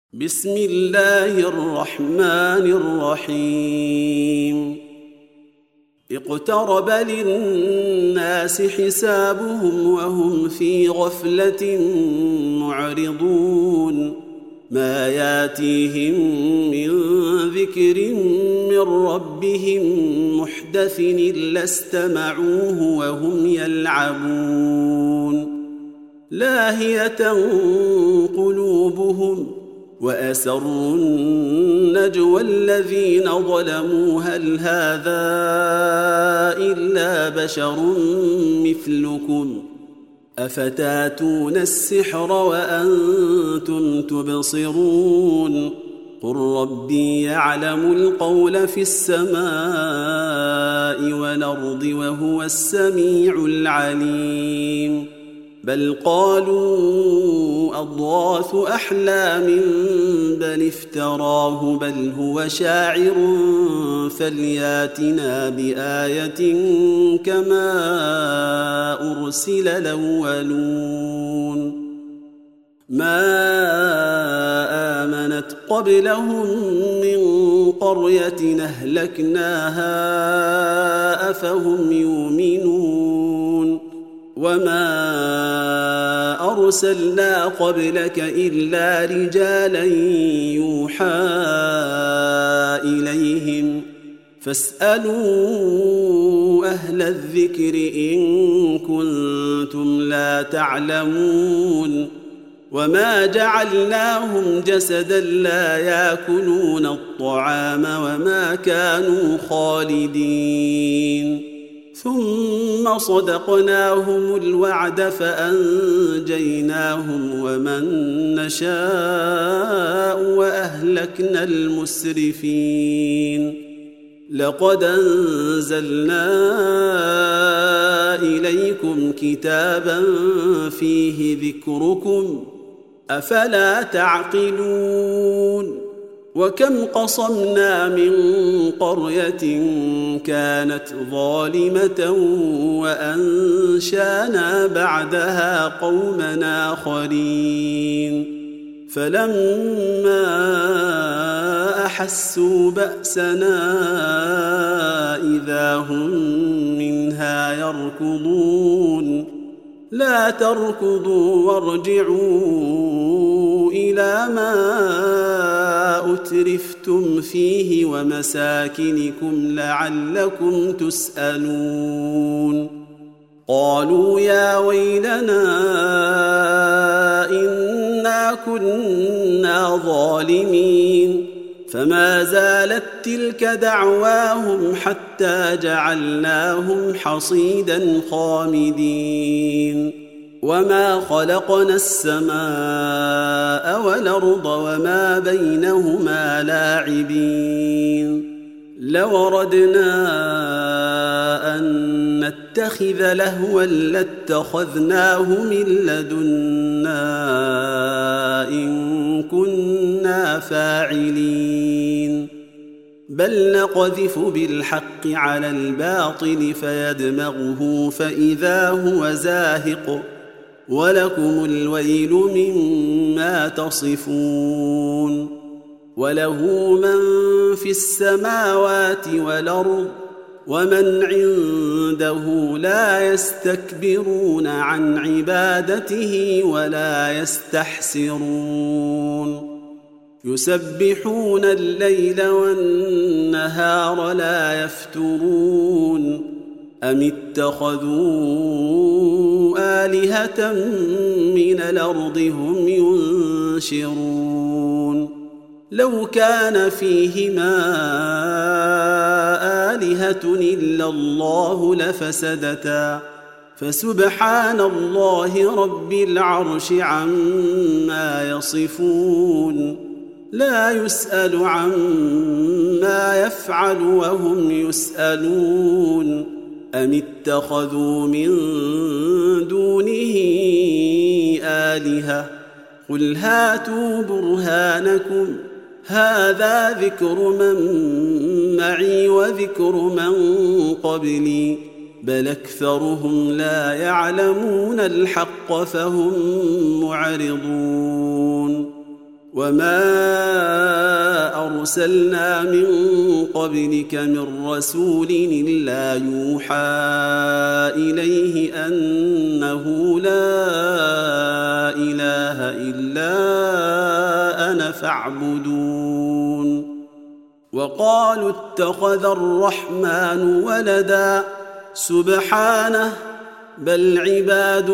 بسم الله الرحمن الرحيم اقترب للناس حسابهم وهم في غفلة معرضون ما ياتيهم من ذكر من ربهم محدث إلا استمعوه وهم يلعبون لاهية قلوبهم وأسروا النجوى الذين ظلموا هل هذا إلا بشر مثلكم أفتاتون السحر وأنتم تبصرون قل ربي يعلم القول في السماء والأرض وهو السميع العليم بل قالوا أضغاث أحلام بل افتراه بل هو شاعر فلياتنا بآية كما أرسل الأولون ما آمنت قبلهم من قرية أهلكناها أفهم يؤمنون وما أرسلنا قبلك إلا رجالا يوحى إليهم فاسألوا أهل الذكر إن كنتم لا تعلمون وما جعلناهم جسدا لا يأكلون الطعام وما كانوا خالدين ثم صدقناهم الوعد فأنجيناهم ومن نشاء وأهلكنا المسرفين لقد أنزلنا إليكم كتابا فيه ذكركم أفلا تعقلون وكم قصمنا من قرية كانت ظالمة وأنشانا بعدها قوما آخرين فلما أحسوا بأسنا إذا هم منها يركضون لا تركضوا وارجعوا إلى ما أترفتم فيه ومساكنكم لعلكم تسألون قالوا يا ويلنا إنا كنا ظالمين فما زالت تلك دعواهم حتى جعلناهم حصيدا خامدين وما خلقنا السماء والأرض وما بينهما لاعبين لو أردنا أن نتخذ لهوا لاتخذناه من لدنا إن كنا فاعلين بل نقذف بالحق على الباطل فيدمغه فإذا هو زاهق ولكم الويل مما تصفون وله من في السماوات والأرض ومن عنده لا يستكبرون عن عبادته ولا يستحسرون يسبحون الليل والنهار لا يفترون أم اتخذوا آلهة من الأرض هم ينشرون لو كان فيهما آلهة إلا الله لفسدتا فسبحان الله رب العرش عما يصفون لا يسأل عما يفعل وهم يسألون أم اتخذوا من دونه آلهة قل هاتوا برهانكم هذا ذكر من معي وذكر من قبلي بل أكثرهم لا يعلمون الحق فهم معرضون وما أرسلنا من قبلك من رسول إلا يوحى إليه أنه لا إله إلا أنا فاعبدون وقالوا اتخذ الرحمن ولدا سبحانه بل عباد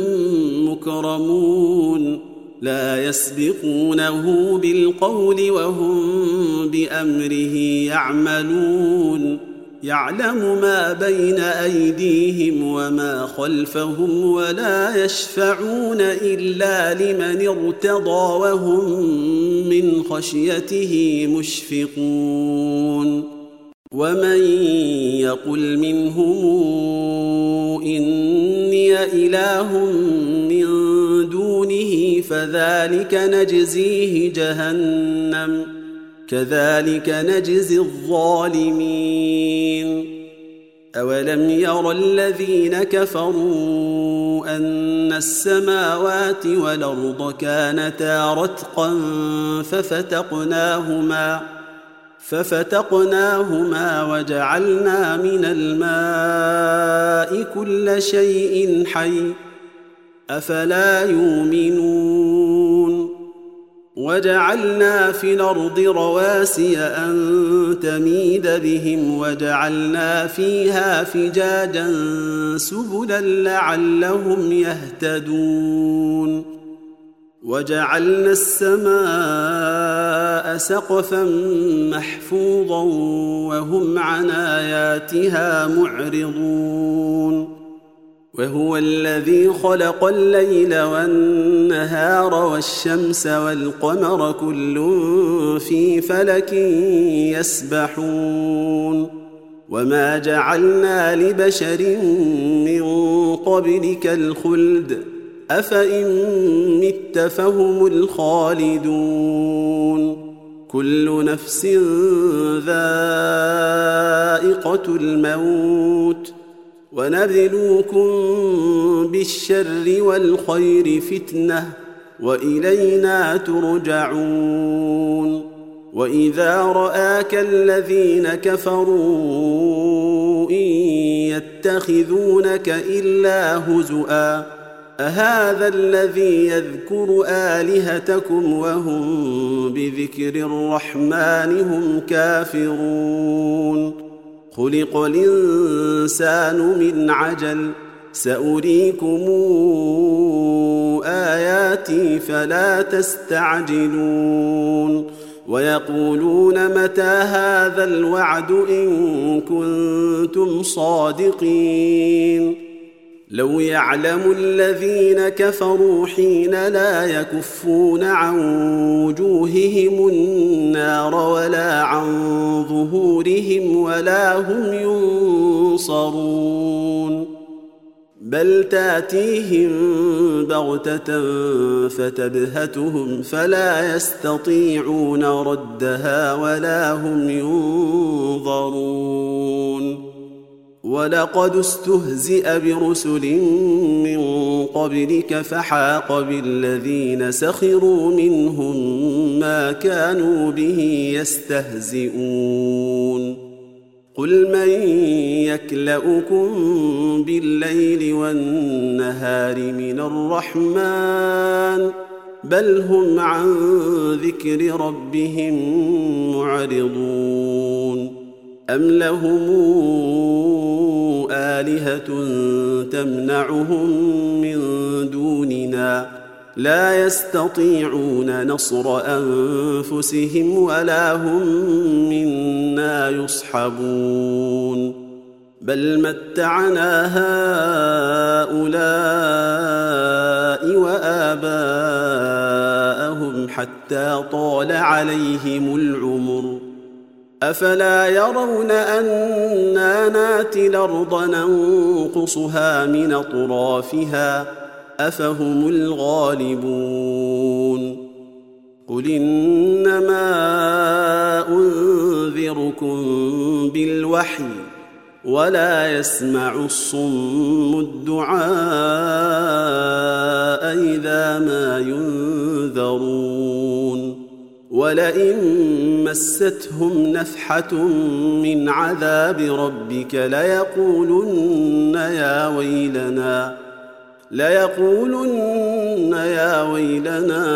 مكرمون لا يسبقونه بالقول وهم بأمره يعملون يعلم ما بين أيديهم وما خلفهم ولا يشفعون إلا لمن ارتضى وهم من خشيته مشفقون ومن يقل منهم إني إله من دونه فذلك نجزيه جهنم كذلك نجزي الظالمين أولم ير الذين كفروا أن السماوات والأرض كانتا رتقا ففتقناهما وجعلنا من الماء كل شيء حي أفلا يؤمنون وجعلنا في الأرض رواسي أن تميد بهم وجعلنا فيها فجاجا سبلا لعلهم يهتدون وجعلنا السماء سقفا محفوظا وهم عن آياتها معرضون وهو الذي خلق الليل والنهار والشمس والقمر كل في فلك يسبحون وما جعلنا لبشر من قبلك الخلد أفإن مت فهم الخالدون كل نفس ذائقة الموت ونبلوكم بالشر والخير فتنة وإلينا ترجعون وإذا رآك الذين كفروا إن يتخذونك إلا هزؤا أهذا الذي يذكر آلهتكم وهم بذكر الرحمن هم كافرون خلق الإنسان من عجل سأريكم آياتي فلا تستعجلون ويقولون متى هذا الوعد إن كنتم صادقين لو يعلم الذين كفروا حين لا يكفون عن وجوههم النار ولا عن ظهورهم ولا هم ينصرون بل تاتيهم بغتة فتبهتهم فلا يستطيعون ردها ولا هم ينظرون ولقد استهزئ برسل من قبلك فحاق بالذين سخروا منهم ما كانوا به يستهزئون قل من يكلؤكم بالليل والنهار من الرحمن بل هم عن ذكر ربهم معرضون أم لهم آلهة تمنعهم من دوننا لا يستطيعون نصر أنفسهم ولا هم منا يصحبون بل متعنا هؤلاء وآباءهم حتى طال عليهم العمر أفلا يرون أنا ناتي الأرض ننقصها من أطرافها أفهم الغالبون قل إنما أنذركم بالوحي ولا يسمع الصم الدعاء إذا ما ينذرون ولئن مستهم نفحة من عذاب ربك ليقولن يا ويلنا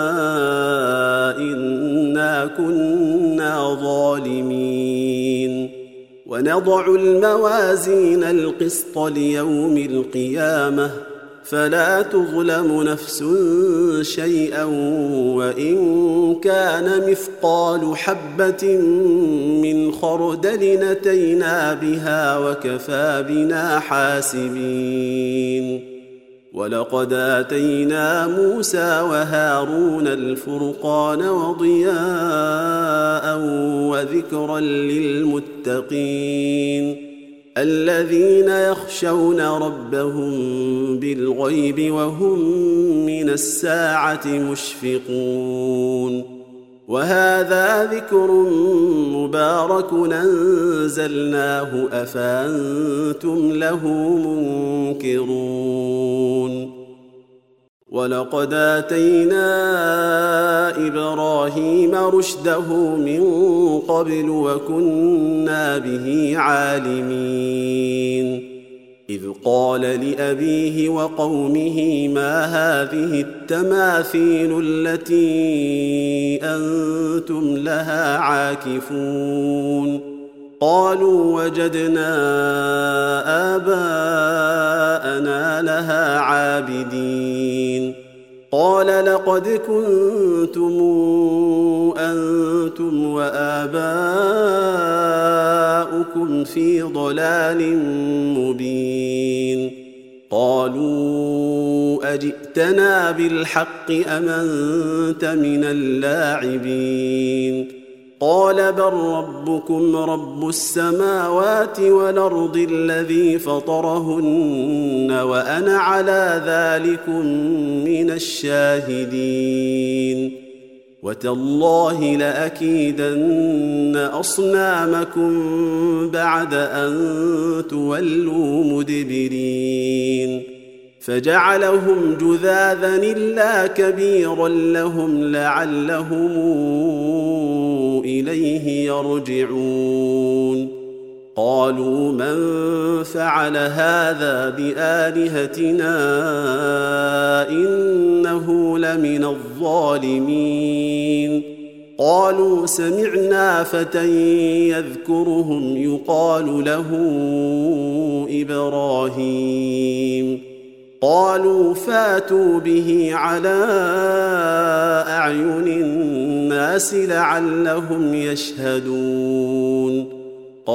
إنا كنا ظالمين. ونضع الموازين القسط ليوم القيامة فلا تظلم نفس شيئا وإن كان مثقال حبة من خردل أتينا بها وكفى بنا حاسبين. ولقد آتينا موسى وهارون الفرقان وضياء وذكرا للمتقين الذين يخشون ربهم بالغيب وهم من الساعة مشفقون. وهذا ذكر مبارك أنزلناه أفأنتم له منكرون. ولقد آتينا إبراهيم رشده من قبل وكنا به عالمين. إذ قال لأبيه وقومه ما هذه التماثيل التي أنتم لها عاكفون؟ قالوا وجدنا آباءنا لها عابدين. قال لقد كنتم أنتم وآباؤكم في ضلال مبين. قالوا أجئتنا بالحق أم أنت من اللاعبين؟ قال بل ربكم رب السماوات والأرض الذي فطرهن وأنا على ذلكم من الشاهدين. وتالله لأكيدن أصنامكم بعد أن تولوا مدبرين. فجعلهم جذاذا إلا كبيرا لهم لعلهم إليه يرجعون. قالوا من فعل هذا بآلهتنا إنه لمن الظالمين. قالوا سمعنا فتى يذكرهم يقال له إبراهيم. قالوا فاتوا به على أعين الناس لعلهم يشهدون.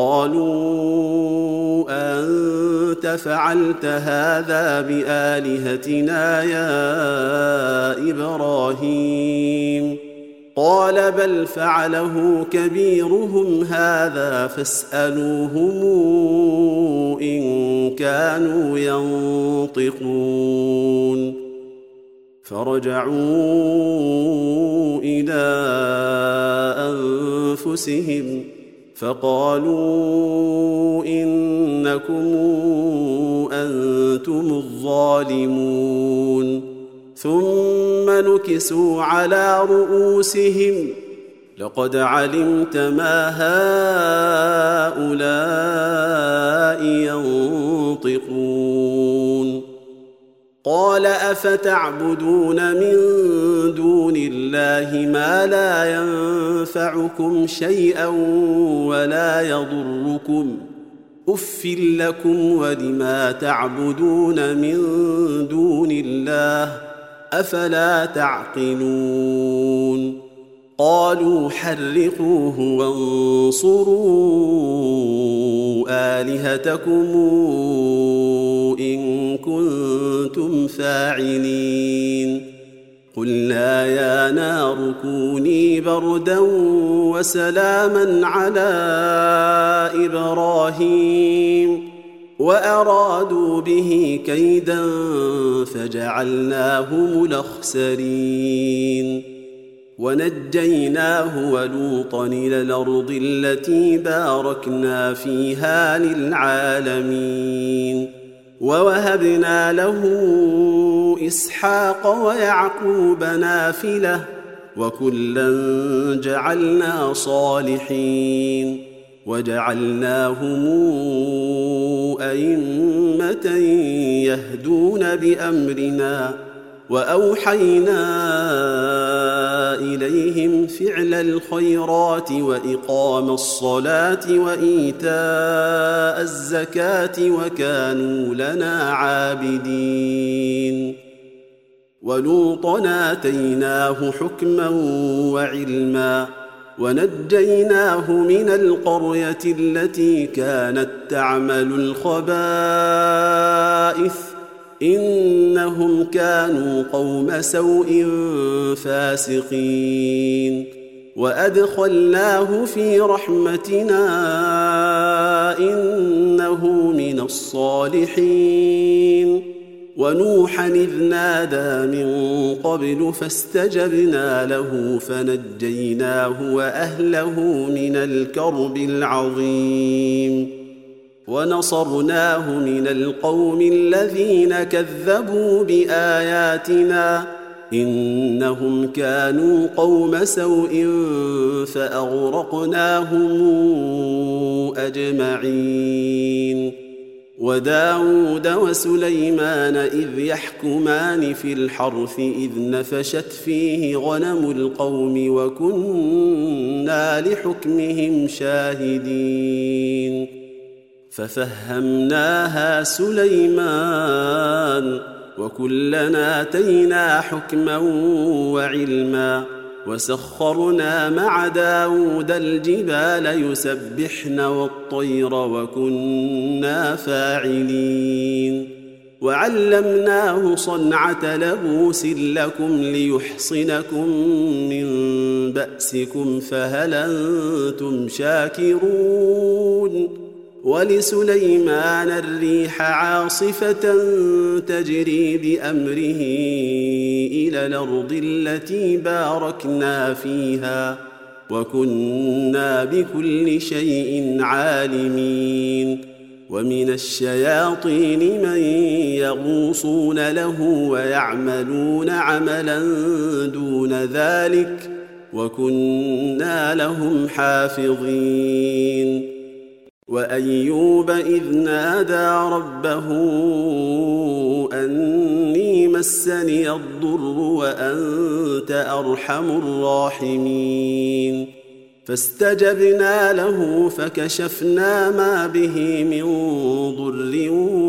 قالوا أنت فعلت هذا بآلهتنا يا إبراهيم؟ قال بل فعله كبيرهم هذا فاسألوهم إن كانوا ينطقون. فرجعوا إلى أنفسهم فقالوا إنكم أنتم الظالمون. ثم نكسوا على رؤوسهم لقد علمت ما هؤلاء ينطقون. قال أفتعبدون من دون الله ما لا ينفعكم شيئا ولا يضركم أف لكم ولما تعبدون من دون الله أفلا تعقلون. قالوا حرقوه وانصروا آلهتكم إن كنتم فاعلين. قلنا يا نار كوني بردا وسلاما على إبراهيم وأرادوا به كيدا فجعلناهم الأخسرين. ونجيناه ولوطا إلى الأرض التي باركنا فيها للعالمين. ووهبنا له إسحاق ويعقوب نافلة وكلا جعلنا صالحين وجعلناهم أئمة يهدون بأمرنا وأوحينا إليهم فعل الخيرات وإقام الصلاة وإيتاء الزكاة وكانوا لنا عابدين ولوطا آتيناه حكما وعلما ونجيناه من القرية التي كانت تعمل الخبائث إنهم كانوا قوم سوء فاسقين وأدخلناه في رحمتنا إنه من الصالحين ونوحا إذ نادى من قبل فاستجبنا له فنجيناه وأهله من الكرب العظيم ونصرناه من القوم الذين كذبوا بآياتنا إنهم كانوا قوم سوء فأغرقناهم أجمعين وداود وسليمان إذ يحكمان في الحرث إذ نفشت فيه غنم القوم وكنا لحكمهم شاهدين ففهمناها سليمان وكلنا آتينا حكما وعلما وسخرنا مع داود الجبال يسبحن والطير وكنا فاعلين وعلمناه صنعة لبوس لكم ليحصنكم من بأسكم فهل أنتم شاكرون ولسليمان الريح عاصفة تجري بأمره إلى الأرض التي باركنا فيها وكنا بكل شيء عالمين ومن الشياطين من يغوصون له ويعملون عملا دون ذلك وكنا لهم حافظين وأيوب إذ نادى ربه أني مسني الضر وأنت أرحم الراحمين فاستجبنا له فكشفنا ما به من ضر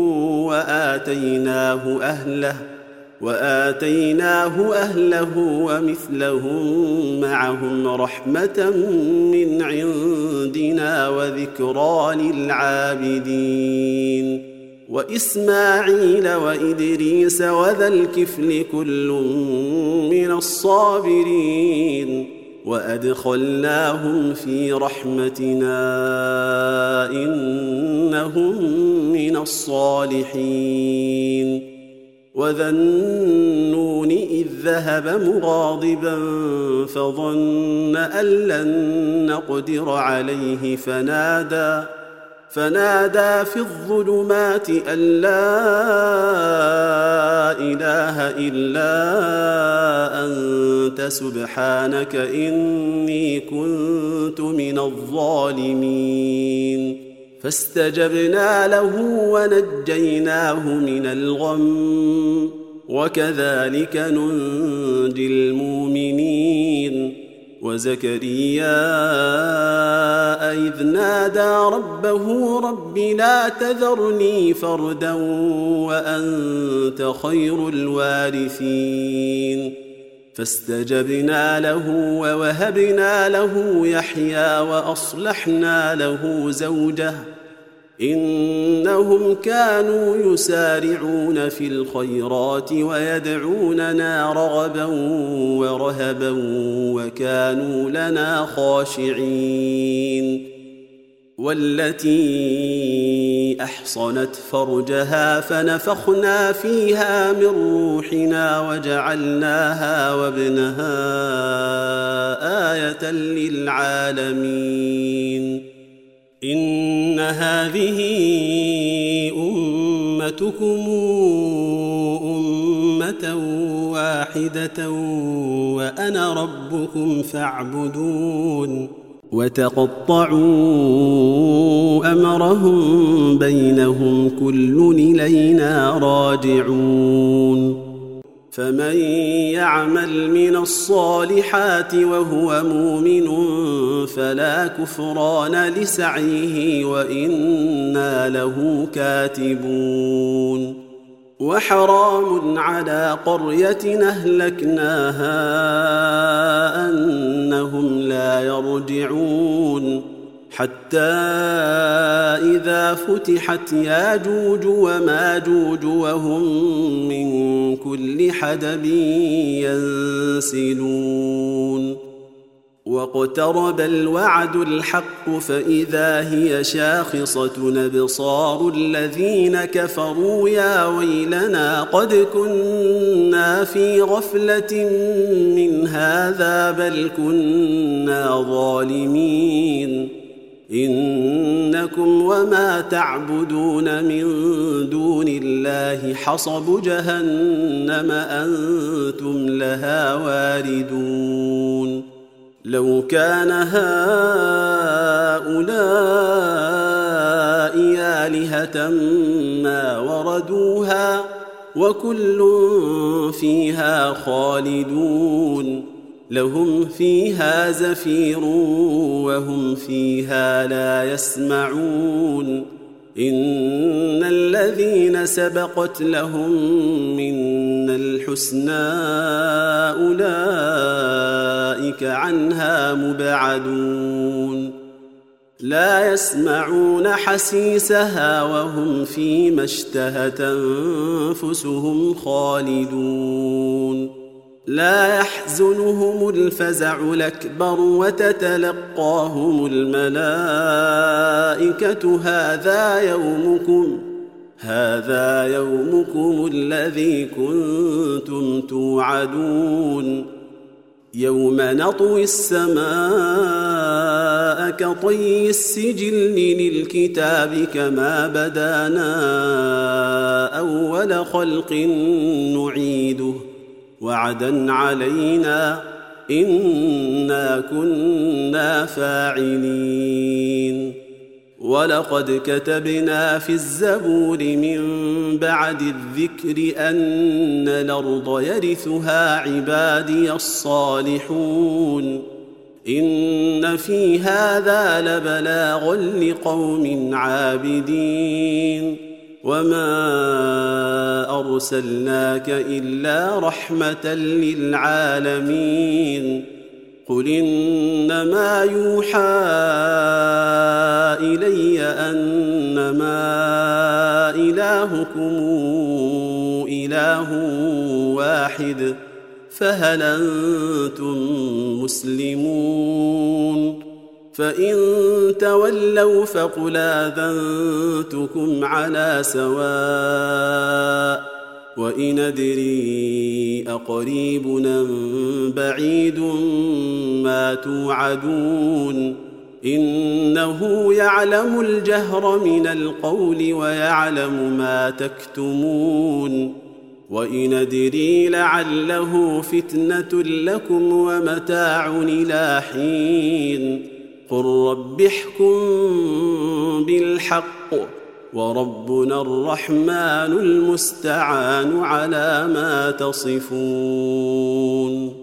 وآتيناه أهله ومثلهم معهم رحمة من عندنا وذكرى للعابدين وإسماعيل وإدريس وذا الكفل كل من الصابرين وأدخلناهم في رحمتنا إنهم من الصالحين وذا النون إذ ذهب مغاضبا فظن أن لن نقدر عليه فنادى في الظلمات أن لا إله إلا أنت سبحانك إني كنت من الظالمين فاستجبنا له ونجيناه من الغم وكذلك ننجي المؤمنين وزكريا إذ نادى ربه رب لا تذرني فردا وأنت خير الوارثين فاستجبنا له ووهبنا له يحيى وأصلحنا له زوجه إنهم كانوا يسارعون في الخيرات ويدعوننا رغبا ورهبا وكانوا لنا خاشعين والتي أحصنت فرجها فنفخنا فيها من روحنا وجعلناها وابنها آية للعالمين إن هذه أمتكم أمة واحدة وأنا ربكم فاعبدون وتقطعوا أمرهم بينهم كل إلينا راجعون فمن يعمل من الصالحات وهو مؤمن فلا كفران لسعيه وإنا له كاتبون وحرام على قرية أهلكناها أنهم لا يرجعون حتى إذا فتحت ياجوج وماجوج وهم من كل حدب ينسلون واقترب الوعد الحق فإذا هي شاخصة أبصار الذين كفروا يا ويلنا قد كنا في غفلة من هذا بل كنا ظالمين إنكم وما تعبدون من دون الله حصب جهنم أنتم لها واردون لو كان هؤلاء آلهة ما وردوها وكل فيها خالدون لهم فيها زفير وهم فيها لا يسمعون إن الذين سبقت لهم منا الحسنى أولئك عنها مبعدون لا يسمعون حسيسها وهم فيما اشتهت أنفسهم خالدون لا يحزنهم الفزع الأكبر وتتلقاهم الملائكة هذا يومكم الذي كنتم توعدون يوم نطوي السماء كطي السجل للكتاب كما بدانا أول خلق نعيده وعدا علينا إنا كنا فاعلين ولقد كتبنا في الزبور من بعد الذكر أن الأرض يرثها عبادي الصالحون إن في هذا لبلاغا لقوم عابدين وما أرسلناك إلا رحمة للعالمين قل إنما يوحى إلي أنما إلهكم إله واحد فهل أنتم مسلمون فإن تولوا فقل آذنتكم على سواء وإن أدري أقريب أم بعيد ما توعدون إنه يعلم الجهر من القول ويعلم ما تكتمون وإن أدري لعله فتنة لكم ومتاع إلى حين قل رب احكم بالحق وربنا الرحمن المستعان على ما تصفون.